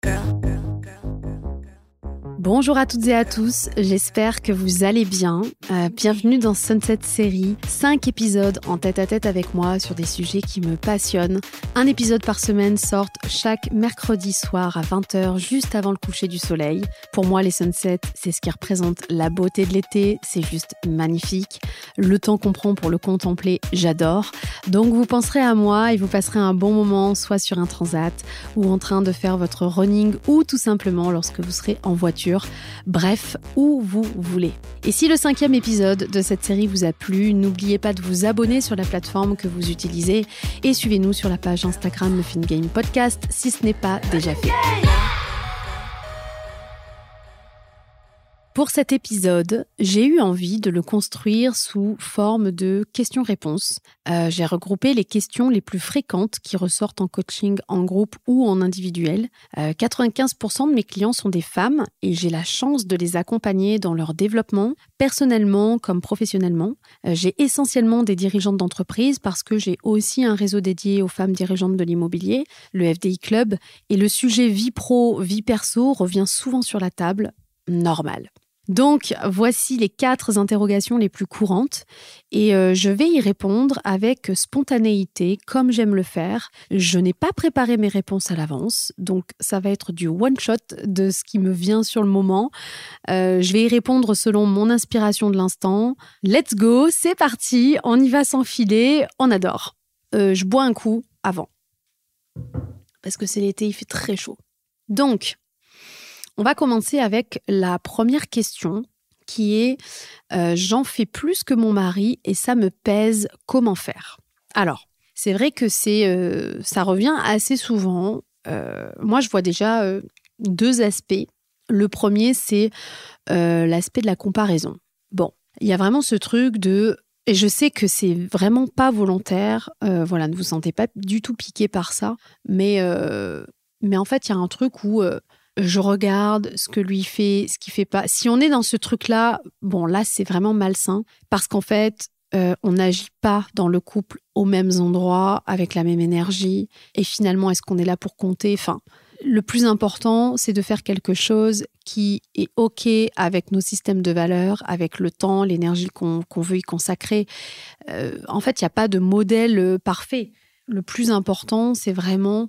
Bonjour à toutes et à tous, j'espère que vous allez bien. Bienvenue dans Sunset Série, 5 épisodes en tête-à-tête avec moi sur des sujets qui me passionnent. Un épisode par semaine sort chaque mercredi soir à 20h, juste avant le coucher du soleil. Pour moi, les sunsets, c'est ce qui représente la beauté de l'été, c'est juste magnifique. Le temps qu'on prend pour le contempler, j'adore. Donc vous penserez à moi et vous passerez un bon moment, soit sur un transat, ou en train de faire votre running, ou tout simplement lorsque vous serez en voiture. Bref, où vous voulez. Et si le 5e épisode de cette série vous a plu, n'oubliez pas de vous abonner sur la plateforme que vous utilisez et suivez-nous sur la page Instagram Le Film Game Podcast si ce n'est pas déjà fait. Pour cet épisode, j'ai eu envie de le construire sous forme de questions-réponses. J'ai regroupé les questions les plus fréquentes qui ressortent en coaching en groupe ou en individuel. 95% de mes clients sont des femmes et j'ai la chance de les accompagner dans leur développement, personnellement comme professionnellement. J'ai essentiellement des dirigeantes d'entreprise parce que j'ai aussi un réseau dédié aux femmes dirigeantes de l'immobilier, le FDI Club, et le sujet vie pro, vie perso revient souvent sur la table, normal. Donc, voici les 4 interrogations les plus courantes et je vais y répondre avec spontanéité, comme j'aime le faire. Je n'ai pas préparé mes réponses à l'avance, donc ça va être du one-shot de ce qui me vient sur le moment. Je vais y répondre selon mon inspiration de l'instant. Let's go, c'est parti, on y va sans filer, on adore. Je bois un coup avant, parce que c'est l'été, il fait très chaud. Donc, on va commencer avec la première question qui est j'en fais plus que mon mari et ça me pèse, comment faire ? Alors, c'est vrai que ça revient assez souvent. Moi, je vois déjà 2 aspects. Le premier, c'est l'aspect de la comparaison. Bon, il y a vraiment ce truc de... Et je sais que c'est vraiment pas volontaire. Voilà, ne vous sentez pas du tout piqué par ça. Mais en fait, il y a un truc où... je regarde ce que lui fait, ce qu'il fait pas. Si on est dans ce truc-là, bon, là, c'est vraiment malsain parce qu'en fait, on n'agit pas dans le couple aux mêmes endroits, avec la même énergie. Et finalement, est-ce qu'on est là pour compter ? Enfin, le plus important, c'est de faire quelque chose qui est OK avec nos systèmes de valeurs, avec le temps, l'énergie qu'on veut y consacrer. En fait, il n'y a pas de modèle parfait. Le plus important, c'est vraiment...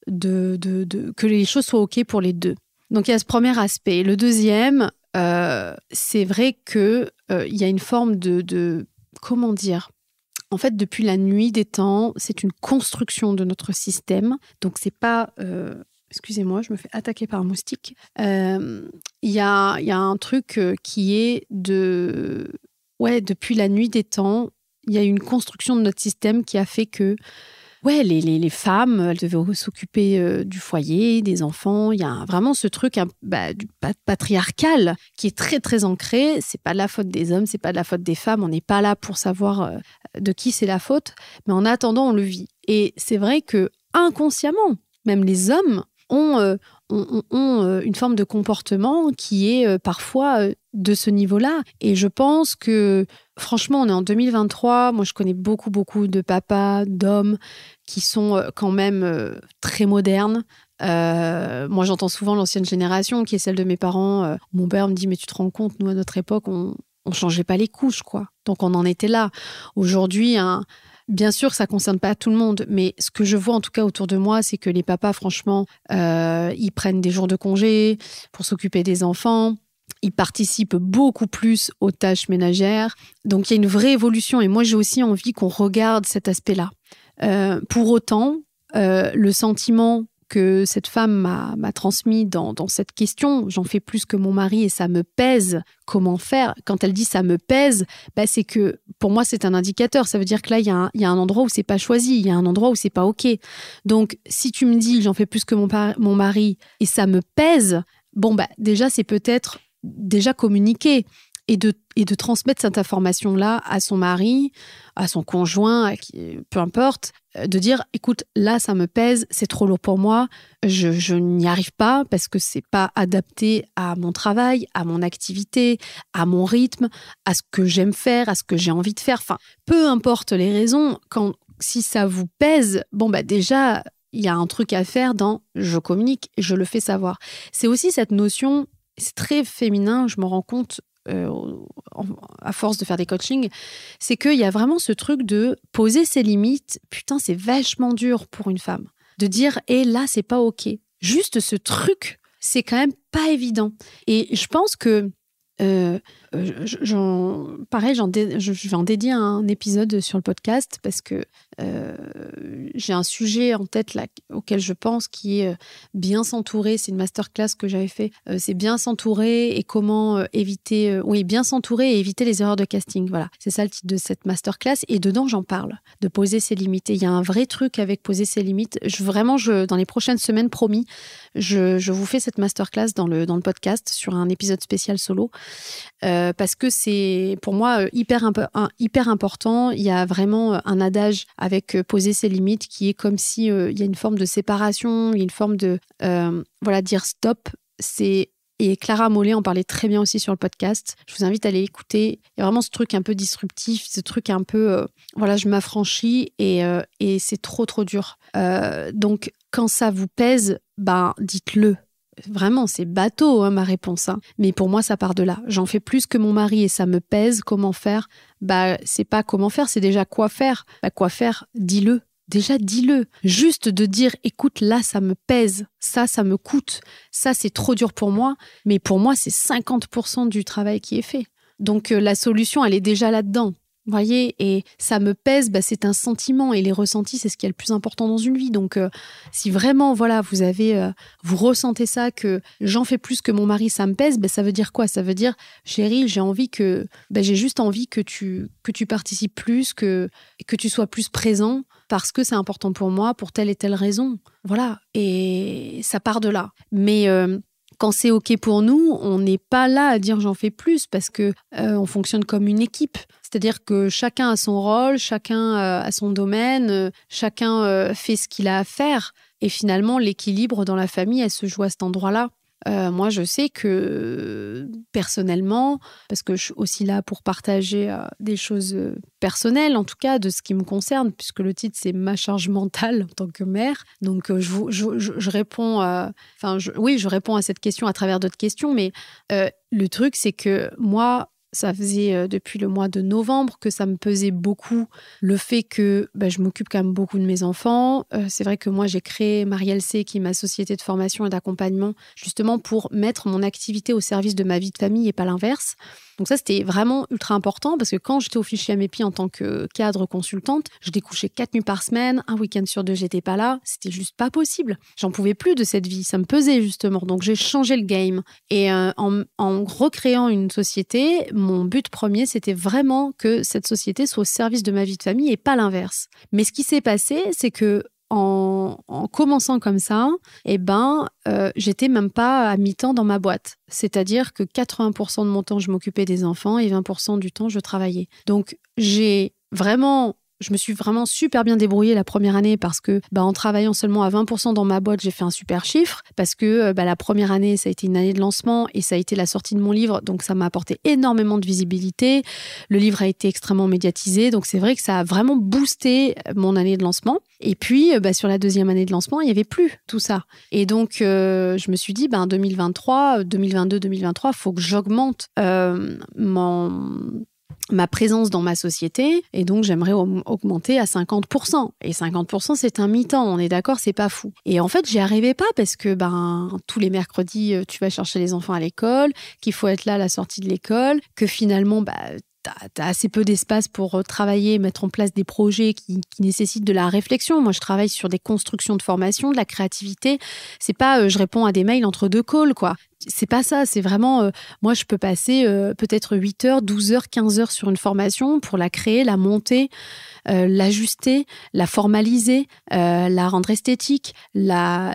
que les choses soient OK pour les deux. Donc, il y a ce premier aspect. Le deuxième, c'est vrai qu'il y a une forme de... Comment dire ? En fait, depuis la nuit des temps, c'est une construction de notre système. Donc, c'est pas... excusez-moi, je me fais attaquer par un moustique. Il y a un truc qui est de... Ouais, depuis la nuit des temps, il y a une construction de notre système qui a fait que ouais, les femmes, elles devaient s'occuper du foyer, des enfants. Il y a vraiment ce truc du patriarcal qui est très, très ancré. C'est pas de la faute des hommes, c'est pas de la faute des femmes. On n'est pas là pour savoir de qui c'est la faute. Mais en attendant, on le vit. Et c'est vrai que inconsciemment, même les hommes ont une forme de comportement qui est parfois de ce niveau-là. Et je pense que, franchement, on est en 2023. Moi, je connais beaucoup, beaucoup de papas, d'hommes qui sont quand même très modernes. Moi, j'entends souvent l'ancienne génération, qui est celle de mes parents. Mon père me dit, mais tu te rends compte, nous, à notre époque, on changeait pas les couches, quoi. Donc, on en était là. Aujourd'hui, bien sûr, ça ne concerne pas tout le monde, mais ce que je vois en tout cas autour de moi, c'est que les papas, franchement, ils prennent des jours de congé pour s'occuper des enfants. Ils participent beaucoup plus aux tâches ménagères. Donc, il y a une vraie évolution. Et moi, j'ai aussi envie qu'on regarde cet aspect-là. Pour autant, le sentiment que cette femme m'a transmis dans cette question, j'en fais plus que mon mari et ça me pèse, comment faire ? Quand elle dit ça me pèse, c'est que pour moi c'est un indicateur, ça veut dire que là il y a un endroit où c'est pas choisi, il y a un endroit où c'est pas OK. Donc si tu me dis j'en fais plus que mon mari et ça me pèse, déjà c'est peut-être déjà communiquer et de transmettre cette information-là à son mari, à son conjoint, peu importe, de dire, écoute, là, ça me pèse, c'est trop lourd pour moi, je n'y arrive pas parce que c'est pas adapté à mon travail, à mon activité, à mon rythme, à ce que j'aime faire, à ce que j'ai envie de faire. Enfin, peu importe les raisons, si ça vous pèse, déjà, il y a un truc à faire dans je communique, je le fais savoir. C'est aussi cette notion, c'est très féminin, je m'en rends compte à force de faire des coachings, c'est qu'il y a vraiment ce truc de poser ses limites. Putain, c'est vachement dur pour une femme. De dire, là, c'est pas OK. Juste ce truc, c'est quand même pas évident. Et je pense que je vais en dédier un épisode sur le podcast parce que j'ai un sujet en tête là, auquel je pense qui est bien s'entourer. C'est une masterclass que j'avais fait. C'est bien s'entourer et comment bien s'entourer et éviter les erreurs de casting. Voilà, c'est ça le titre de cette masterclass. Et dedans, j'en parle de poser ses limites. Et il y a un vrai truc avec poser ses limites. Dans les prochaines semaines, promis, je vous fais cette masterclass dans le podcast sur un épisode spécial solo. Parce que c'est pour moi hyper important. Il y a vraiment un adage avec poser ses limites qui est comme si il y a une forme de séparation, il y a une forme de dire stop. Et Clara Mollet en parlait très bien aussi sur le podcast. Je vous invite à aller écouter. Il y a vraiment ce truc un peu disruptif, ce truc un peu je m'affranchis et c'est trop dur. Donc quand ça vous pèse, dites-le. Vraiment, c'est bateau, ma réponse. Mais pour moi, ça part de là. J'en fais plus que mon mari et ça me pèse. Comment faire ? C'est pas comment faire, c'est déjà quoi faire. Quoi faire ? Dis-le. Déjà, dis-le. Juste de dire, écoute, là, ça me pèse. Ça me coûte. Ça, c'est trop dur pour moi. Mais pour moi, c'est 50% du travail qui est fait. Donc, la solution, elle est déjà là-dedans. Vous voyez, et ça me pèse, c'est un sentiment et les ressentis, c'est ce qui est le plus important dans une vie. Donc, si vraiment, vous ressentez ça, que j'en fais plus que mon mari, ça me pèse, ça veut dire quoi ? Ça veut dire, chérie, j'ai juste envie que tu participes plus, que tu sois plus présent parce que c'est important pour moi, pour telle et telle raison. Voilà, et ça part de là. Mais quand c'est OK pour nous, on n'est pas là à dire j'en fais plus parce que on fonctionne comme une équipe. C'est-à-dire que chacun a son rôle, chacun a son domaine, chacun fait ce qu'il a à faire. Et finalement, l'équilibre dans la famille, elle se joue à cet endroit-là. Moi, je sais que personnellement, parce que je suis aussi là pour partager des choses personnelles, en tout cas de ce qui me concerne, puisque le titre c'est ma charge mentale en tant que mère. Donc je réponds, je réponds à cette question à travers d'autres questions, mais le truc c'est que moi, ça faisait depuis le mois de novembre que ça me pesait beaucoup le fait que je m'occupe quand même beaucoup de mes enfants. C'est vrai que moi, j'ai créé Marielle C, qui est ma société de formation et d'accompagnement, justement pour mettre mon activité au service de ma vie de famille et pas l'inverse. Donc ça, c'était vraiment ultra important parce que quand j'étais au fichier Amépi en tant que cadre consultante, je découchais 4 nuits par semaine, un week-end sur 2, j'étais pas là. C'était juste pas possible. J'en pouvais plus de cette vie. Ça me pesait justement. Donc j'ai changé le game. Et en recréant une société, mon but premier, c'était vraiment que cette société soit au service de ma vie de famille et pas l'inverse. Mais ce qui s'est passé, c'est que en commençant comme ça, j'étais même pas à mi-temps dans ma boîte. C'est-à-dire que 80% de mon temps, je m'occupais des enfants et 20% du temps, je travaillais. Donc, je me suis vraiment super bien débrouillée la première année parce que, en travaillant seulement à 20% dans ma boîte, j'ai fait un super chiffre parce que la première année, ça a été une année de lancement et ça a été la sortie de mon livre. Donc, ça m'a apporté énormément de visibilité. Le livre a été extrêmement médiatisé. Donc, c'est vrai que ça a vraiment boosté mon année de lancement. Et puis, sur la deuxième année de lancement, il n'y avait plus tout ça. Et donc, je me suis dit, 2022, 2023, il faut que j'augmente ma présence dans ma société, et donc j'aimerais augmenter à 50%. Et 50%, c'est un mi-temps, on est d'accord, c'est pas fou. Et en fait, j'y arrivais pas parce que tous les mercredis, tu vas chercher les enfants à l'école, qu'il faut être là à la sortie de l'école, que finalement, t'as assez peu d'espace pour travailler, mettre en place des projets qui nécessitent de la réflexion. Moi, je travaille sur des constructions de formation, de la créativité. C'est pas je réponds à des mails entre deux calls, quoi. C'est pas ça, c'est vraiment... moi, je peux passer peut-être 8 heures, 12 heures, 15 heures sur une formation pour la créer, la monter, l'ajuster, la formaliser, la rendre esthétique,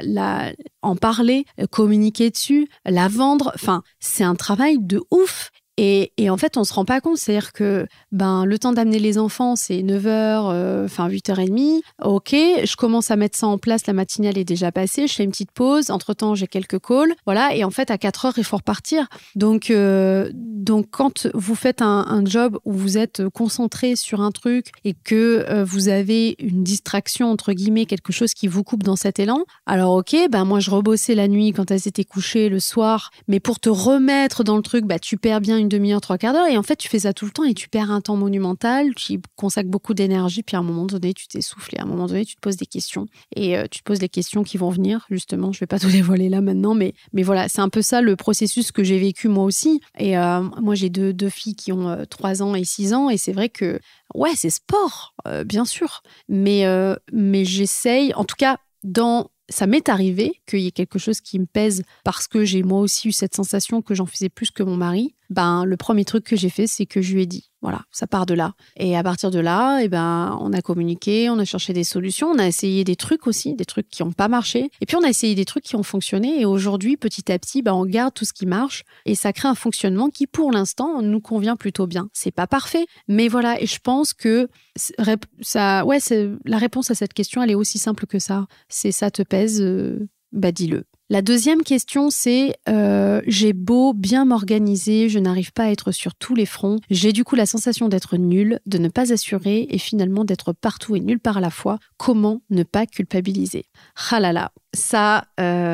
en parler, communiquer dessus, la vendre. Enfin, c'est un travail de ouf. Et en fait, on se rend pas compte. C'est-à-dire que le temps d'amener les enfants, c'est 9h, 8h30. Ok, je commence à mettre ça en place. La matinale est déjà passée. Je fais une petite pause. Entre-temps, j'ai quelques calls. Voilà. Et en fait, à 4h, il faut repartir. Donc quand vous faites un job où vous êtes concentré sur un truc et que vous avez une distraction, entre guillemets, quelque chose qui vous coupe dans cet élan, alors ok, moi, je rebossais la nuit quand elles étaient couchées le soir. Mais pour te remettre dans le truc, tu perds bien une demi-heure, 3/4 d'heure. Et en fait, tu fais ça tout le temps et tu perds un temps monumental. Tu y consacres beaucoup d'énergie. Puis à un moment donné, tu t'essouffles. Et à un moment donné, tu te poses des questions. Et tu te poses les questions qui vont venir, justement. Je vais pas tout dévoiler là maintenant. Mais voilà, c'est un peu ça le processus que j'ai vécu moi aussi. Et moi, j'ai deux filles qui ont 3 ans et 6 ans. Et c'est vrai que, ouais, c'est sport, bien sûr. Mais j'essaye, en tout cas, ça m'est arrivé qu'il y ait quelque chose qui me pèse parce que j'ai moi aussi eu cette sensation que j'en faisais plus que mon mari. Le premier truc que j'ai fait, c'est que je lui ai dit, voilà, ça part de là. Et à partir de là, on a communiqué, on a cherché des solutions, on a essayé des trucs aussi, des trucs qui n'ont pas marché. Et puis on a essayé des trucs qui ont fonctionné. Et aujourd'hui, petit à petit, on garde tout ce qui marche et ça crée un fonctionnement qui, pour l'instant, nous convient plutôt bien. C'est pas parfait, mais voilà. Et je pense que la réponse à cette question, elle est aussi simple que ça. C'est ça te pèse, dis-le. La deuxième question, c'est j'ai beau bien m'organiser, je n'arrive pas à être sur tous les fronts. J'ai du coup la sensation d'être nulle, de ne pas assurer et finalement d'être partout et nulle part à la fois. Comment ne pas culpabiliser ? Ah là là, ça,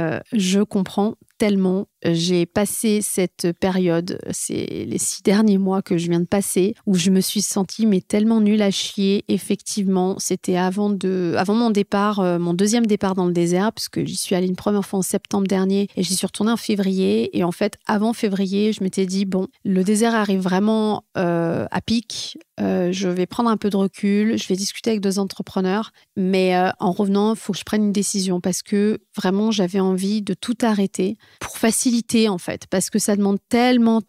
je comprends tellement. J'ai passé cette période, c'est les 6 derniers mois que je viens de passer, où je me suis sentie tellement nulle à chier. Effectivement, c'était avant mon départ, mon deuxième départ dans le désert, puisque j'y suis allée une première fois en septembre dernier et j'y suis retournée en février. Et en fait, avant février, je m'étais dit, le désert arrive vraiment à pic. Je vais prendre un peu de recul, je vais discuter avec 2 entrepreneurs, mais en revenant, il faut que je prenne une décision parce que vraiment, j'avais envie de tout arrêter pour faciliter en fait, parce que ça demande tellement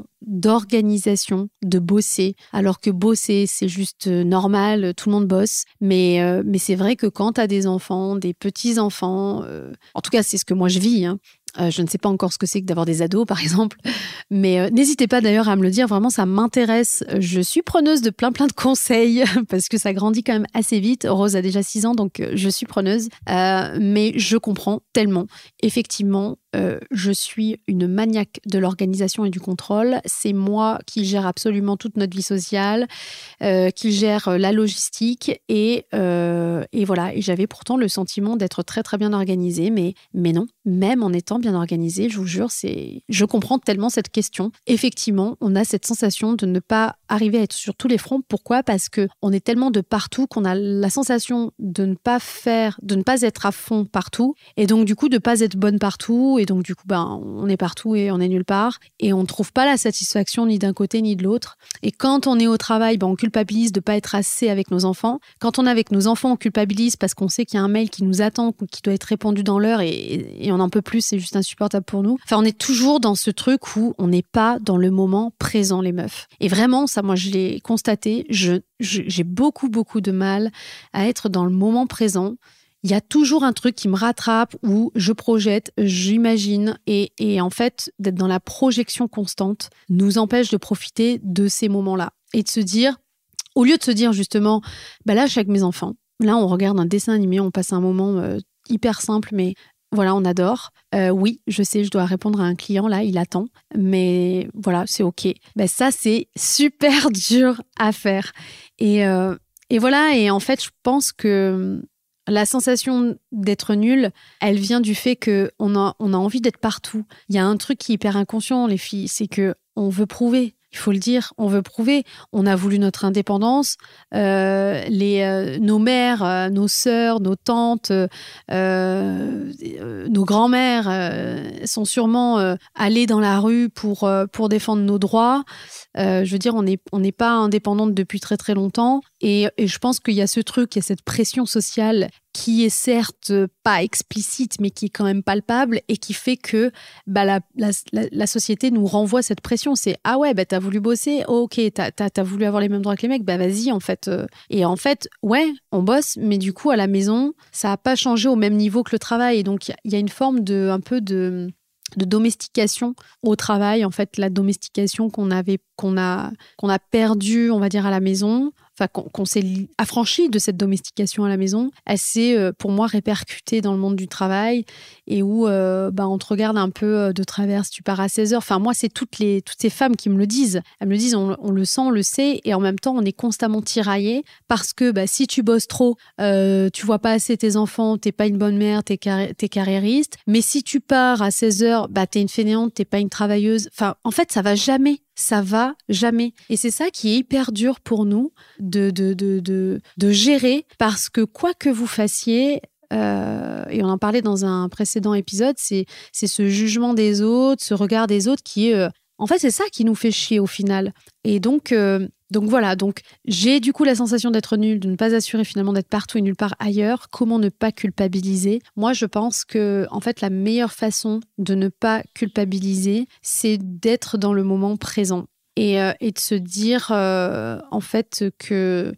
d'organisation, de bosser, alors que bosser, c'est juste normal, tout le monde bosse, mais c'est vrai que quand tu as des enfants, des petits-enfants, en tout cas, c'est ce que moi je vis, hein. Je ne sais pas encore ce que c'est que d'avoir des ados, par exemple. Mais n'hésitez pas d'ailleurs à me le dire. Vraiment, ça m'intéresse. Je suis preneuse de plein de conseils parce que ça grandit quand même assez vite. Rose a déjà 6 ans, donc je suis preneuse. Mais je comprends tellement. Effectivement, je suis une maniaque de l'organisation et du contrôle. C'est moi qui gère absolument toute notre vie sociale, qui gère la logistique. Et voilà. Et j'avais pourtant le sentiment d'être très, très bien organisée. Mais non, même en étant bien organisée, je vous jure, je comprends tellement cette question. Effectivement, on a cette sensation de ne pas arriver à être sur tous les fronts. Pourquoi ? Parce qu'on est tellement de partout qu'on a la sensation de ne pas être à fond partout. Et donc, du coup, de ne pas être bonne partout. Et donc, du coup, on est partout et on est nulle part. Et on ne trouve pas la satisfaction ni d'un côté ni de l'autre. Et quand on est au travail, on culpabilise de ne pas être assez avec nos enfants. Quand on est avec nos enfants, on culpabilise parce qu'on sait qu'il y a un mail qui nous attend, qui doit être répondu dans l'heure et on n'en peut plus, c'est juste insupportable pour nous. Enfin, on est toujours dans ce truc où on n'est pas dans le moment présent, les meufs. Et vraiment, ça, moi, je l'ai constaté, j'ai beaucoup de mal à être dans le moment présent. Il y a toujours un truc qui me rattrape où je projette, j'imagine et en fait, d'être dans la projection constante nous empêche de profiter de ces moments-là et de se dire, au lieu de se dire justement, là, je suis avec mes enfants, là, on regarde un dessin animé, on passe un moment hyper simple, mais voilà, on adore. Oui, je sais, je dois répondre à un client, là, il attend. Mais voilà, c'est OK. Ça, c'est super dur à faire. Et voilà, et en fait, je pense que la sensation d'être nul, elle vient du fait qu'on a envie d'être partout. Il y a un truc qui est hyper inconscient, les filles, c'est qu'on veut prouver. Il faut le dire, on veut prouver. On a voulu notre indépendance. Nos mères, nos sœurs, nos tantes, nos grands-mères sont sûrement allées dans la rue pour défendre nos droits. Je veux dire, on n'est pas indépendante depuis très très longtemps. Et je pense qu'il y a ce truc, il y a cette pression sociale qui est certes pas explicite, mais qui est quand même palpable et qui fait que la société nous renvoie cette pression. C'est « Ah ouais, t'as voulu bosser, ok, t'as voulu avoir les mêmes droits que les mecs, vas-y en fait. » Et en fait, ouais, on bosse, mais du coup, à la maison, ça n'a pas changé au même niveau que le travail. Et donc, il y a une forme de domestication au travail, en fait, la domestication qu'on a perdue, on va dire, à la maison, enfin, qu'on s'est affranchi de cette domestication à la maison, elle s'est, pour moi, répercutée dans le monde du travail et où on te regarde un peu de travers si tu pars à 16 heures. Enfin, moi, c'est toutes ces femmes qui me le disent. Elles me le disent, on le sent, on le sait, et en même temps, on est constamment tiraillé parce que si tu bosses trop, tu vois pas assez tes enfants, t'es pas une bonne mère, t'es carriériste. Mais si tu pars à 16 heures, t'es une fainéante, t'es pas une travailleuse. Enfin, en fait, ça va jamais. Ça va jamais. Et c'est ça qui est hyper dur pour nous de gérer, parce que quoi que vous fassiez, et on en parlait dans un précédent épisode, c'est ce jugement des autres, ce regard des autres qui est... en fait, c'est ça qui nous fait chier au final. Et donc voilà, donc j'ai du coup la sensation d'être nulle, de ne pas assurer finalement d'être partout et nulle part ailleurs. Comment ne pas culpabiliser ? Moi, je pense que en fait, la meilleure façon de ne pas culpabiliser, c'est d'être dans le moment présent et de se dire en fait que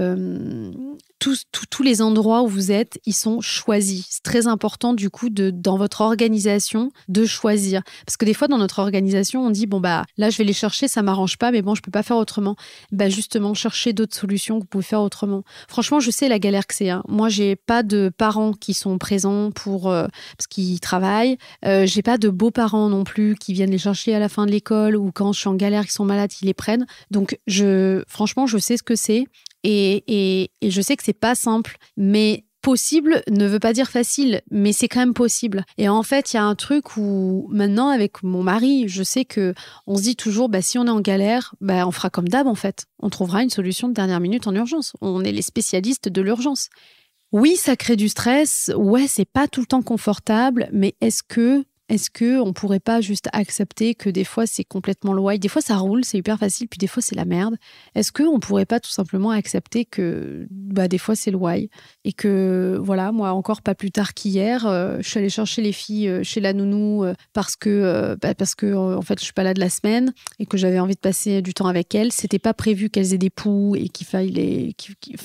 tous les endroits où vous êtes, ils sont choisis. C'est très important du coup dans votre organisation de choisir. Parce que des fois dans notre organisation, on dit là je vais les chercher, ça m'arrange pas, mais bon je peux pas faire autrement. Justement, cherchez d'autres solutions que vous pouvez faire autrement. Franchement, je sais la galère que c'est. Moi, j'ai pas de parents qui sont présents parce qu'ils travaillent. J'ai pas de beaux-parents non plus qui viennent les chercher à la fin de l'école ou quand je suis en galère, qu'ils sont malades, ils les prennent. Donc franchement, je sais ce que c'est. Et je sais que c'est pas simple, mais possible ne veut pas dire facile, mais c'est quand même possible. Et en fait, il y a un truc où maintenant, avec mon mari, je sais que on se dit toujours, si on est en galère, on fera comme d'hab en fait. On trouvera une solution de dernière minute en urgence. On est les spécialistes de l'urgence. Oui, ça crée du stress. Ouais, c'est pas tout le temps confortable, mais est-ce que on pourrait pas juste accepter que des fois c'est complètement loin, des fois ça roule, c'est hyper facile, puis des fois c'est la merde. Est-ce que on pourrait pas tout simplement accepter que des fois c'est loin et que voilà, moi encore pas plus tard qu'hier, je suis allée chercher les filles chez la nounou parce que en fait je suis pas là de la semaine et que j'avais envie de passer du temps avec elles. C'était pas prévu qu'elles aient des poux et il fallait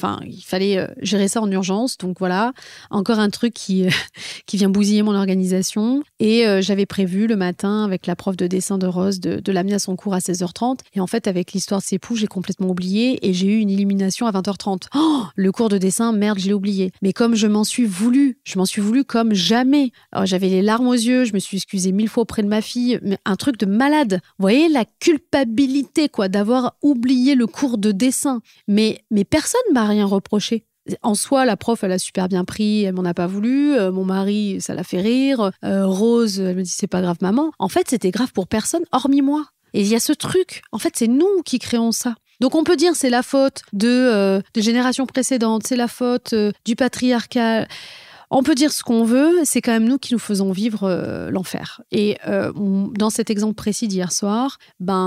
gérer ça en urgence. Donc voilà, encore un truc qui vient bousiller mon organisation. Et j'avais prévu le matin avec la prof de dessin de Rose de l'amener à son cours à 16h30. Et en fait, avec l'histoire de ses poux, j'ai complètement oublié et j'ai eu une illumination à 20h30. Oh, le cours de dessin, merde, je l'ai oublié. Mais comme je m'en suis voulu comme jamais. Alors, j'avais les larmes aux yeux, je me suis excusée 1000 fois auprès de ma fille, mais un truc de malade. Vous voyez, la culpabilité, d'avoir oublié le cours de dessin. Mais personne m'a rien reproché. En soi, la prof, elle a super bien pris, elle m'en a pas voulu. Mon mari, ça l'a fait rire. Rose, elle me dit, c'est pas grave, maman. En fait, c'était grave pour personne, hormis moi. Et il y a ce truc. En fait, c'est nous qui créons ça. Donc, on peut dire c'est la faute des générations précédentes, c'est la faute du patriarcat. On peut dire ce qu'on veut, c'est quand même nous qui nous faisons vivre l'enfer. Et dans cet exemple précis d'hier soir,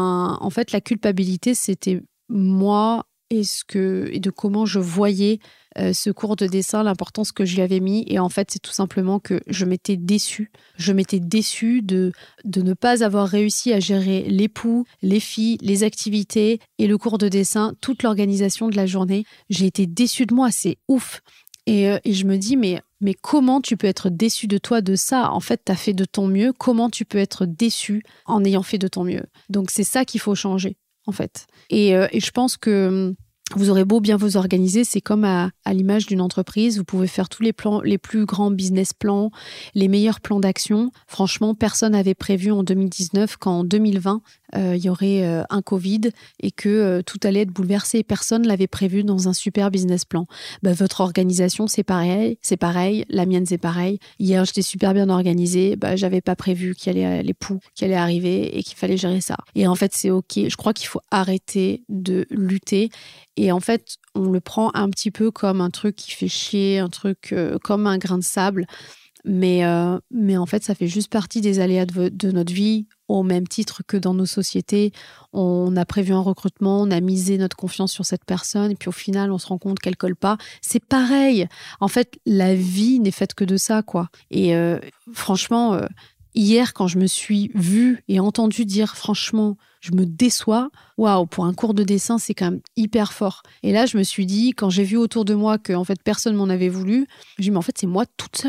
en fait, la culpabilité, c'était moi et de comment je voyais ce cours de dessin, l'importance que je lui avais mis. Et en fait, c'est tout simplement que je m'étais déçue. Je m'étais déçue de ne pas avoir réussi à gérer les poux, les filles, les activités et le cours de dessin, toute l'organisation de la journée. J'ai été déçue de moi, c'est ouf. Et je me dis, mais comment tu peux être déçu de toi de ça ? En fait, tu as fait de ton mieux. Comment tu peux être déçu en ayant fait de ton mieux ? Donc, c'est ça qu'il faut changer, en fait. Et je pense que vous aurez beau bien vous organiser, c'est comme à l'image d'une entreprise. Vous pouvez faire tous les plans, les plus grands business plans, les meilleurs plans d'action. Franchement, personne n'avait prévu en 2019 qu'en 2020, il y aurait un Covid et que tout allait être bouleversé. Personne ne l'avait prévu dans un super business plan. Votre organisation, c'est pareil. La mienne, c'est pareil. Hier, j'étais super bien organisée. J'avais pas prévu qu'il y allait les poux qui allaient arriver et qu'il fallait gérer ça. Et en fait, c'est OK. Je crois qu'il faut arrêter de lutter. Et en fait, on le prend un petit peu comme un truc qui fait chier, un truc comme un grain de sable. Mais en fait, ça fait juste partie des aléas de notre vie, au même titre que dans nos sociétés. On a prévu un recrutement, on a misé notre confiance sur cette personne, et puis au final, on se rend compte qu'elle colle pas. C'est pareil. En fait, la vie n'est faite que de ça, quoi. Et franchement, hier, quand je me suis vue et entendue dire, franchement, je me déçois, waouh, pour un cours de dessin, c'est quand même hyper fort. Et là, je me suis dit, quand j'ai vu autour de moi que en fait, personne m'en avait voulu, j'ai dit, mais en fait, c'est moi toute seule, quoi.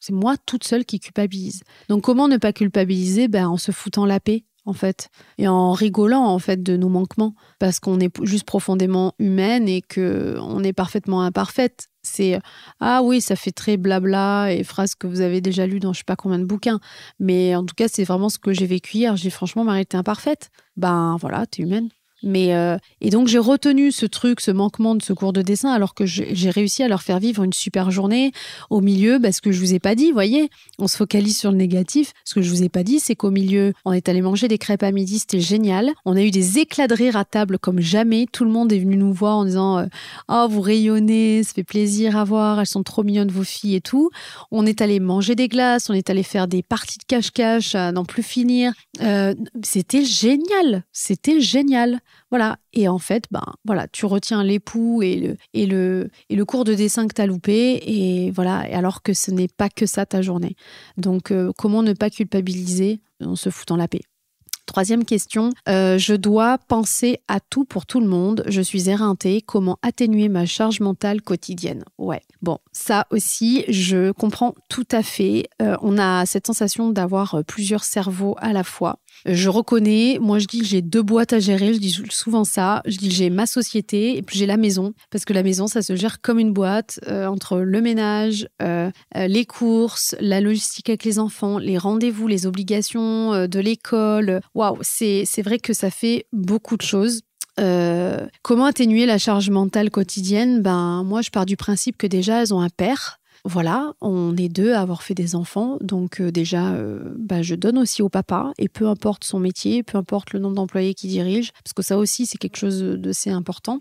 C'est moi toute seule qui culpabilise. Donc comment ne pas culpabiliser? En se foutant la paix, en fait, et en rigolant, en fait, de nos manquements, parce qu'on est juste profondément humaine et qu'on est parfaitement imparfaite. C'est « Ah oui, ça fait très blabla » et phrase que vous avez déjà lue dans je sais pas combien de bouquins. Mais en tout cas, c'est vraiment ce que j'ai vécu hier. J'ai dit, franchement, Marie, t'es imparfaite. Voilà, t'es humaine. Et donc, j'ai retenu ce manquement de ce cours de dessin alors que j'ai réussi à leur faire vivre une super journée au milieu. Ce que je vous ai pas dit, voyez, on se focalise sur le négatif. Ce que je vous ai pas dit, c'est qu'au milieu, on est allé manger des crêpes à midi, c'était génial. On a eu des éclats de rire à table comme jamais. Tout le monde est venu nous voir en disant « Oh, vous rayonnez, ça fait plaisir à voir, elles sont trop mignonnes vos filles et tout ». On est allé manger des glaces, on est allé faire des parties de cache-cache à n'en plus finir. C'était génial, c'était génial. Voilà. Et en fait, tu retiens l'époux et le cours de dessin que tu as loupé, et voilà, alors que ce n'est pas que ça ta journée. Donc, comment ne pas culpabiliser en se foutant la paix? Troisième question, je dois penser à tout pour tout le monde. Je suis éreintée. Comment atténuer ma charge mentale quotidienne? Ouais, bon, ça aussi, je comprends tout à fait. On a cette sensation d'avoir plusieurs cerveaux à la fois. Je reconnais, moi je dis que j'ai 2 boîtes à gérer, je dis souvent ça. Je dis que j'ai ma société et puis j'ai la maison. Parce que la maison, ça se gère comme une boîte entre le ménage, les courses, la logistique avec les enfants, les rendez-vous, les obligations de l'école. Waouh, c'est vrai que ça fait beaucoup de choses. Comment atténuer la charge mentale quotidienne? Moi, je pars du principe que déjà, elles ont un père. Voilà, on est 2 à avoir fait des enfants, donc déjà, je donne aussi au papa, et peu importe son métier, peu importe le nombre d'employés qu'il dirige, parce que ça aussi, c'est quelque chose d'assez important.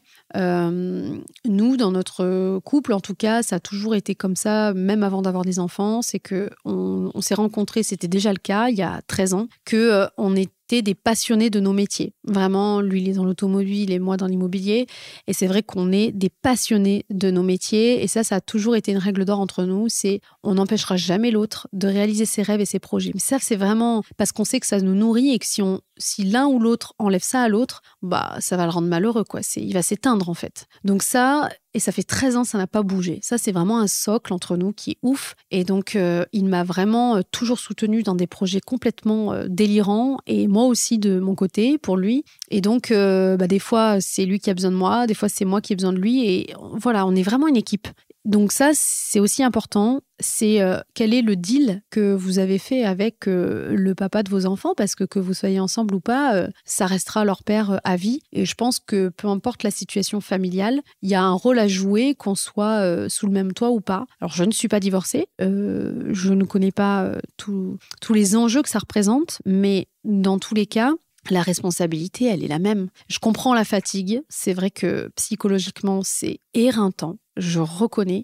Nous, dans notre couple, en tout cas, ça a toujours été comme ça, même avant d'avoir des enfants, c'est qu'on s'est rencontrés, c'était déjà le cas, il y a 13 ans, qu'on était des passionnés de nos métiers. Vraiment, lui, il est dans l'automobile et moi dans l'immobilier. Et c'est vrai qu'on est des passionnés de nos métiers. Et ça a toujours été une règle d'or entre nous. C'est on n'empêchera jamais l'autre de réaliser ses rêves et ses projets. Mais ça, c'est vraiment parce qu'on sait que ça nous nourrit et que si l'un ou l'autre enlève ça à l'autre, ça va le rendre malheureux, quoi. Il va s'éteindre, en fait. Donc ça, et ça fait 13 ans, ça n'a pas bougé. Ça, c'est vraiment un socle entre nous qui est ouf. Et donc, il m'a vraiment toujours soutenue dans des projets complètement délirants. Et moi aussi, de mon côté, pour lui. Et donc, des fois, c'est lui qui a besoin de moi. Des fois, c'est moi qui ai besoin de lui. Et voilà, on est vraiment une équipe. Donc ça, c'est aussi important. C'est quel est le deal que vous avez fait avec le papa de vos enfants, parce que vous soyez ensemble ou pas, ça restera leur père à vie. Et je pense que peu importe la situation familiale, il y a un rôle à jouer, qu'on soit sous le même toit ou pas. Alors, je ne suis pas divorcée, je ne connais pas tous les enjeux que ça représente, mais dans tous les cas, la responsabilité, elle est la même. Je comprends la fatigue. C'est vrai que psychologiquement, c'est éreintant. Je reconnais.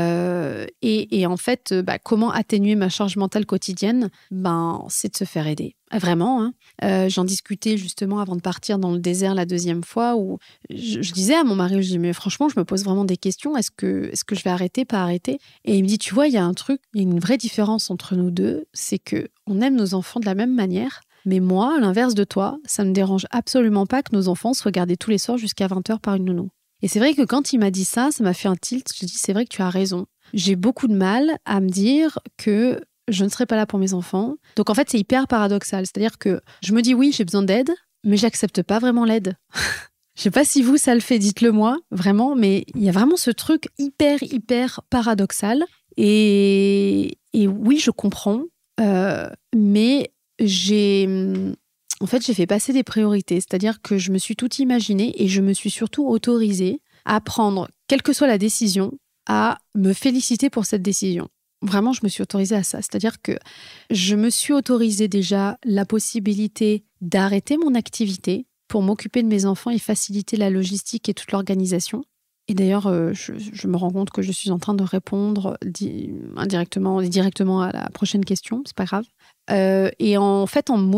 Et en fait, comment atténuer ma charge mentale quotidienne? C'est de se faire aider. Vraiment. Hein. J'en discutais justement avant de partir dans le désert la 2e fois, où je disais à mon mari, je dis, mais franchement, je me pose vraiment des questions. Est-ce que je vais arrêter, pas arrêter? Et il me dit, tu vois, il y a un truc, il y a une vraie différence entre nous deux, c'est qu'on aime nos enfants de la même manière. Mais moi, à l'inverse de toi, ça ne me dérange absolument pas que nos enfants soient gardés tous les soirs jusqu'à 20h par une nounou. Et c'est vrai que quand il m'a dit ça m'a fait un tilt. Je me dis, c'est vrai que tu as raison. J'ai beaucoup de mal à me dire que je ne serai pas là pour mes enfants. Donc en fait, c'est hyper paradoxal. C'est-à-dire que je me dis, oui, j'ai besoin d'aide, mais j'accepte pas vraiment l'aide. Je sais pas si vous, ça le fait, dites-le moi, vraiment. Mais il y a vraiment ce truc hyper, hyper paradoxal. Et oui, je comprends. Mais j'ai fait passer des priorités, c'est-à-dire que je me suis tout imaginé et je me suis surtout autorisée à prendre, quelle que soit la décision, à me féliciter pour cette décision. Vraiment, je me suis autorisée à ça, c'est-à-dire que je me suis autorisée déjà la possibilité d'arrêter mon activité pour m'occuper de mes enfants et faciliter la logistique et toute l'organisation. Et d'ailleurs, je me rends compte que je suis en train de répondre indirectement, directement à la prochaine question, c'est pas grave. Et en fait, en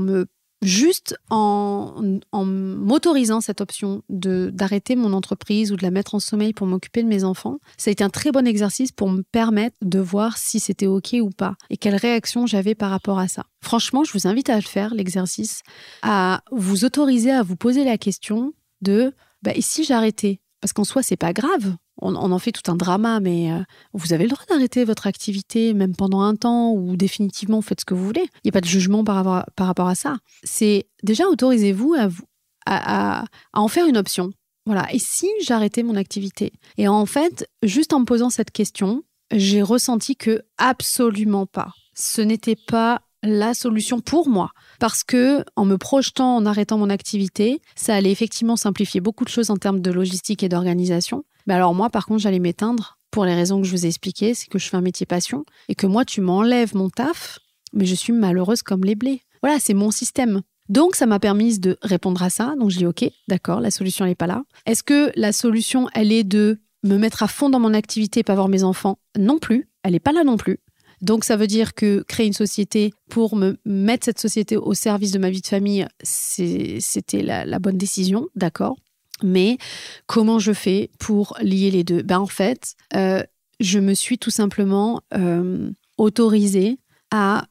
m'autorisant cette option d'arrêter mon entreprise ou de la mettre en sommeil pour m'occuper de mes enfants, ça a été un très bon exercice pour me permettre de voir si c'était OK ou pas et quelle réaction j'avais par rapport à ça. Franchement, je vous invite à le faire, l'exercice, à vous autoriser à vous poser la question de et si j'arrêtais ? Parce qu'en soi, c'est pas grave. On en fait tout un drama, mais vous avez le droit d'arrêter votre activité, même pendant un temps, ou définitivement, faites ce que vous voulez. Il n'y a pas de jugement par rapport à ça. C'est déjà, autorisez-vous à en faire une option. Voilà. Et si j'arrêtais mon activité? Et en fait, juste en me posant cette question, j'ai ressenti que absolument pas. Ce n'était pas la solution pour moi. Parce que, en me projetant, en arrêtant mon activité, ça allait effectivement simplifier beaucoup de choses en termes de logistique et d'organisation. Mais alors moi, par contre, j'allais m'éteindre pour les raisons que je vous ai expliquées. C'est que je fais un métier passion et que moi, tu m'enlèves mon taf, mais je suis malheureuse comme les blés. Voilà, c'est mon système. Donc, ça m'a permis de répondre à ça. Donc, je dis, OK, d'accord, la solution, elle n'est pas là. Est-ce que la solution, elle est de me mettre à fond dans mon activité et pas voir mes enfants? Non plus, elle n'est pas là non plus. Donc, ça veut dire que créer une société pour me mettre cette société au service de ma vie de famille, c'était la bonne décision, d'accord. Mais comment je fais pour lier les deux? En fait, je me suis tout simplement autorisée à,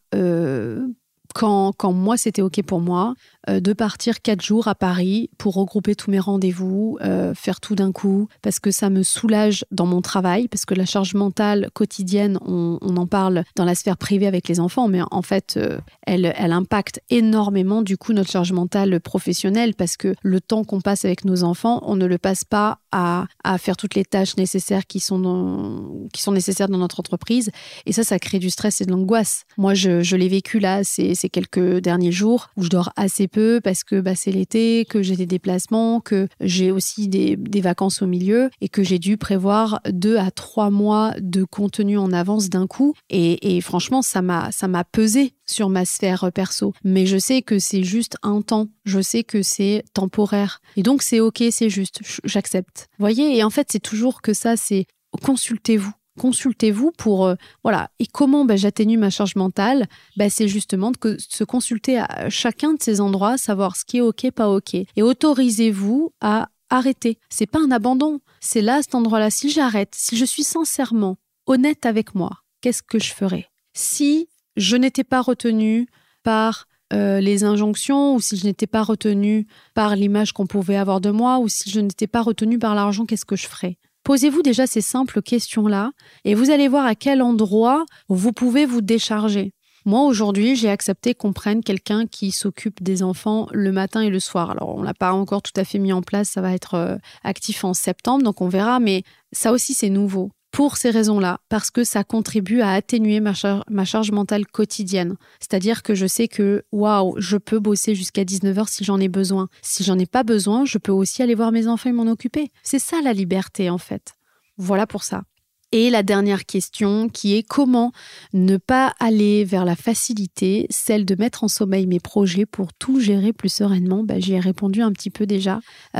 quand moi c'était OK pour moi, de partir 4 jours à Paris pour regrouper tous mes rendez-vous, faire tout d'un coup, parce que ça me soulage dans mon travail, parce que la charge mentale quotidienne, on en parle dans la sphère privée avec les enfants, mais en fait, elle impacte énormément du coup notre charge mentale professionnelle, parce que le temps qu'on passe avec nos enfants, on ne le passe pas à faire toutes les tâches nécessaires qui sont nécessaires dans notre entreprise, et ça crée du stress et de l'angoisse. Moi, je l'ai vécu là, ces quelques derniers jours où je dors assez peu parce que c'est l'été, que j'ai des déplacements, que j'ai aussi des vacances au milieu et que j'ai dû prévoir 2 à 3 mois de contenu en avance d'un coup. Et franchement, ça m'a pesé sur ma sphère perso. Mais je sais que c'est juste un temps. Je sais que c'est temporaire. Et donc, c'est OK, c'est juste. J'accepte. Vous voyez? Et en fait, c'est toujours que ça, c'est consultez-vous. Consultez-vous pour... voilà. Et comment j'atténue ma charge mentale? C'est justement de se consulter à chacun de ces endroits, savoir ce qui est OK, pas OK. Et autorisez-vous à arrêter. C'est pas un abandon. C'est là, à cet endroit-là. Si j'arrête, si je suis sincèrement honnête avec moi, qu'est-ce que je ferais? Si je n'étais pas retenue par les injonctions, ou si je n'étais pas retenue par l'image qu'on pouvait avoir de moi, ou si je n'étais pas retenue par l'argent, qu'est-ce que je ferais? Posez-vous déjà ces simples questions-là et vous allez voir à quel endroit vous pouvez vous décharger. Moi, aujourd'hui, j'ai accepté qu'on prenne quelqu'un qui s'occupe des enfants le matin et le soir. Alors, on ne l'a pas encore tout à fait mis en place, ça va être actif en septembre, donc on verra, mais ça aussi, c'est nouveau. Pour ces raisons-là, parce que ça contribue à atténuer ma charge mentale quotidienne. C'est-à-dire que je sais que, je peux bosser jusqu'à 19h si j'en ai besoin. Si j'en ai pas besoin, je peux aussi aller voir mes enfants et m'en occuper. C'est ça la liberté, en fait. Voilà pour ça. Et la dernière question qui est comment ne pas aller vers la facilité, celle de mettre en sommeil mes projets pour tout gérer plus sereinement. J'y ai répondu un petit peu déjà.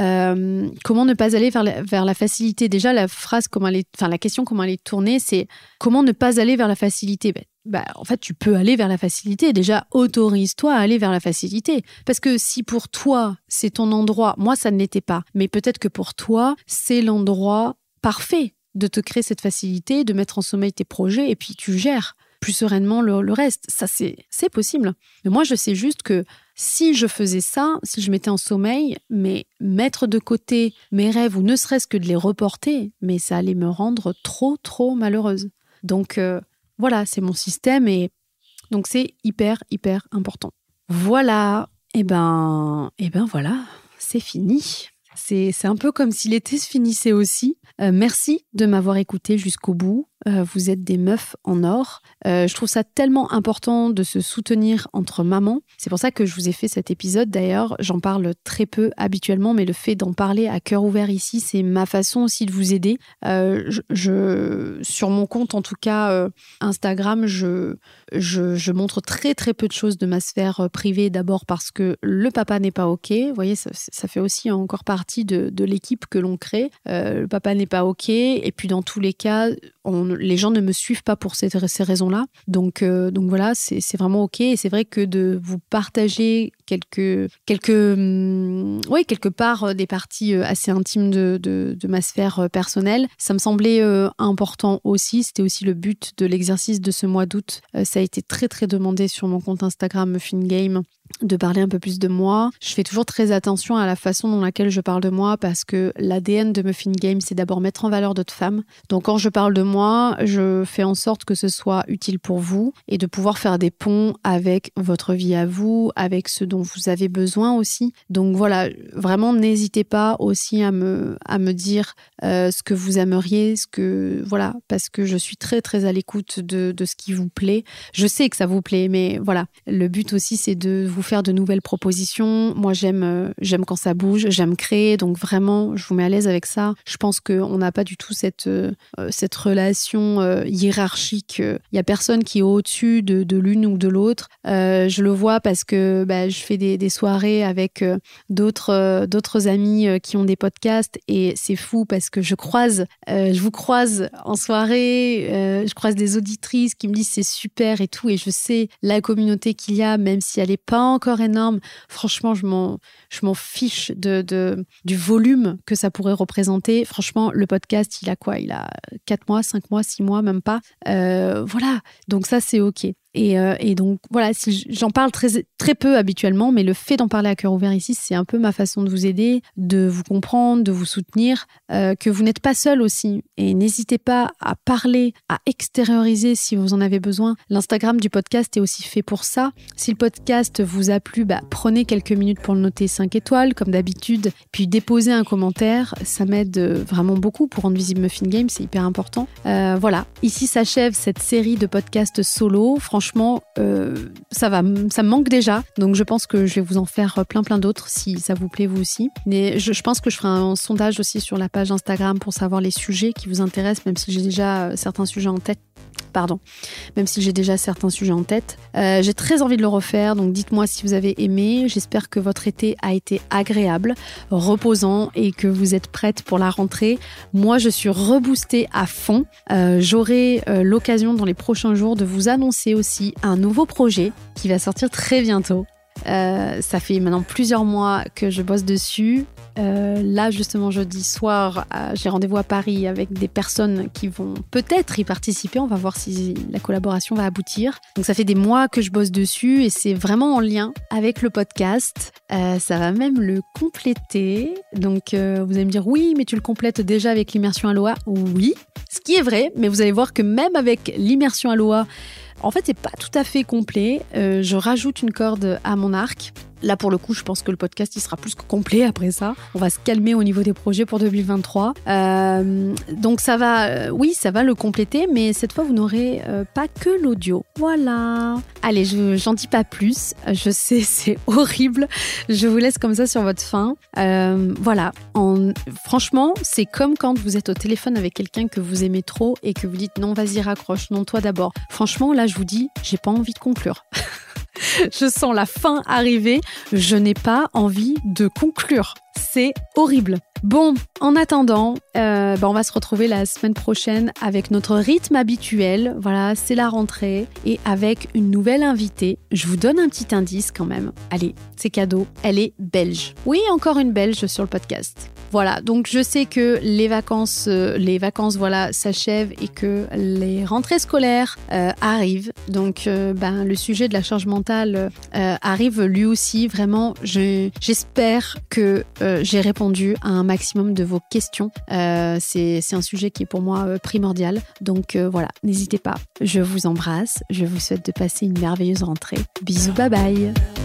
Comment ne pas aller vers la facilité? Déjà, la question comment elle est tournée, c'est comment ne pas aller vers la facilité? En fait, tu peux aller vers la facilité. Déjà, autorise-toi à aller vers la facilité. Parce que si pour toi, c'est ton endroit, moi, ça ne l'était pas, mais peut-être que pour toi, c'est l'endroit parfait de te créer cette facilité, de mettre en sommeil tes projets et puis tu gères plus sereinement le reste. Ça, c'est possible. Mais moi, je sais juste que si je faisais ça, si je mettais en sommeil, mais mettre de côté mes rêves ou ne serait-ce que de les reporter, mais ça allait me rendre trop, trop malheureuse. Donc, voilà, c'est mon système et donc c'est hyper, hyper important. Voilà. Et ben voilà, c'est fini. C'est un peu comme si l'été se finissait aussi. Merci de m'avoir écouté jusqu'au bout. Vous êtes des meufs en or. Je trouve ça tellement important de se soutenir entre mamans. C'est pour ça que je vous ai fait cet épisode. D'ailleurs, j'en parle très peu habituellement, mais le fait d'en parler à cœur ouvert ici, c'est ma façon aussi de vous aider. Sur mon compte, en tout cas Instagram, je montre très très peu de choses de ma sphère privée. D'abord parce que le papa n'est pas OK. Vous voyez, ça fait aussi encore partie de l'équipe que l'on crée. Le papa n'est pas OK. Et puis dans tous les cas, les gens ne me suivent pas pour ces raisons-là. Donc voilà, c'est vraiment OK. Et c'est vrai que de vous partager quelque part des parties assez intimes de ma sphère personnelle, ça me semblait important aussi. C'était aussi le but de l'exercice de ce mois d'août. Ça a été très très demandé sur mon compte Instagram Muffin Game de parler un peu plus de moi. Je fais toujours très attention à la façon dans laquelle je parle de moi parce que l'ADN de Muffin Game, c'est d'abord mettre en valeur d'autres femmes. Donc quand je parle de moi, je fais en sorte que ce soit utile pour vous et de pouvoir faire des ponts avec votre vie à vous, avec ce dont vous avez besoin aussi. Donc voilà, vraiment n'hésitez pas aussi à me dire ce que vous aimeriez, voilà, parce que je suis très très à l'écoute de ce qui vous plaît. Je sais que ça vous plaît, mais voilà, le but aussi c'est de vous faire de nouvelles propositions. Moi, j'aime quand ça bouge, j'aime créer, donc vraiment, je vous mets à l'aise avec ça. Je pense qu'on n'a pas du tout cette relation hiérarchique. Il n'y a personne qui est au-dessus de l'une ou de l'autre. Je le vois parce que je fais des soirées avec d'autres amis qui ont des podcasts et c'est fou parce que je vous croise en soirée, je croise des auditrices qui me disent c'est super et tout, et je sais la communauté qu'il y a, même si elle n'est pas encore énorme. Franchement, je m'en fiche du volume que ça pourrait représenter. Franchement, le podcast, il a quoi ? Il a 4 mois, 5 mois, 6 mois, même pas. Voilà, donc ça, c'est OK. Et donc, voilà, j'en parle très, très peu habituellement, mais le fait d'en parler à cœur ouvert ici, c'est un peu ma façon de vous aider, de vous comprendre, de vous soutenir, que vous n'êtes pas seul aussi. Et n'hésitez pas à parler, à extérioriser si vous en avez besoin. L'Instagram du podcast est aussi fait pour ça. Si le podcast vous a plu, prenez quelques minutes pour le noter 5 étoiles, comme d'habitude, puis déposez un commentaire. Ça m'aide vraiment beaucoup pour rendre visible Muffin Game, c'est hyper important. Voilà, ici s'achève cette série de podcasts solo. Franchement, ça me manque déjà, donc je pense que je vais vous en faire plein d'autres si ça vous plaît vous aussi. Mais je pense que je ferai un sondage aussi sur la page Instagram pour savoir les sujets qui vous intéressent, même si j'ai déjà certains sujets en tête. J'ai très envie de le refaire, donc dites-moi si vous avez aimé. J'espère que votre été a été agréable, reposant et que vous êtes prête pour la rentrée. Moi, je suis reboostée à fond. J'aurai l'occasion dans les prochains jours de vous annoncer aussi un nouveau projet qui va sortir très bientôt. Ça fait maintenant plusieurs mois que je bosse dessus. Là, justement, jeudi soir, j'ai rendez-vous à Paris avec des personnes qui vont peut-être y participer. On va voir si la collaboration va aboutir. Donc, ça fait des mois que je bosse dessus et c'est vraiment en lien avec le podcast. Ça va même le compléter. Donc, vous allez me dire, oui, mais tu le complètes déjà avec l'immersion Aloha. Oui, ce qui est vrai, mais vous allez voir que même avec l'immersion Aloha, en fait, c'est pas tout à fait complet. Je rajoute une corde à mon arc. Là, pour le coup, je pense que le podcast, il sera plus que complet après ça. On va se calmer au niveau des projets pour 2023. Donc, ça va le compléter, mais cette fois, vous n'aurez pas que l'audio. Voilà. Allez, j'en dis pas plus. Je sais, c'est horrible. Je vous laisse comme ça sur votre faim. Voilà. Franchement, c'est comme quand vous êtes au téléphone avec quelqu'un que vous aimez trop et que vous dites non, vas-y, raccroche, non, toi d'abord. Franchement, là, je vous dis, j'ai pas envie de conclure. Je sens la fin arriver, je n'ai pas envie de conclure. C'est horrible. Bon, en attendant, on va se retrouver la semaine prochaine avec notre rythme habituel. Voilà, c'est la rentrée et avec une nouvelle invitée. Je vous donne un petit indice quand même. Allez, c'est cadeau. Elle est belge. Oui, encore une belge sur le podcast. Voilà, donc je sais que les vacances voilà, s'achèvent et que les rentrées scolaires arrivent. Donc, le sujet de la charge mentale arrive lui aussi. Vraiment, j'espère que j'ai répondu à un maximum de vos questions. C'est un sujet qui est pour moi primordial. Donc voilà, n'hésitez pas. Je vous embrasse. Je vous souhaite de passer une merveilleuse rentrée. Bisous, bye bye.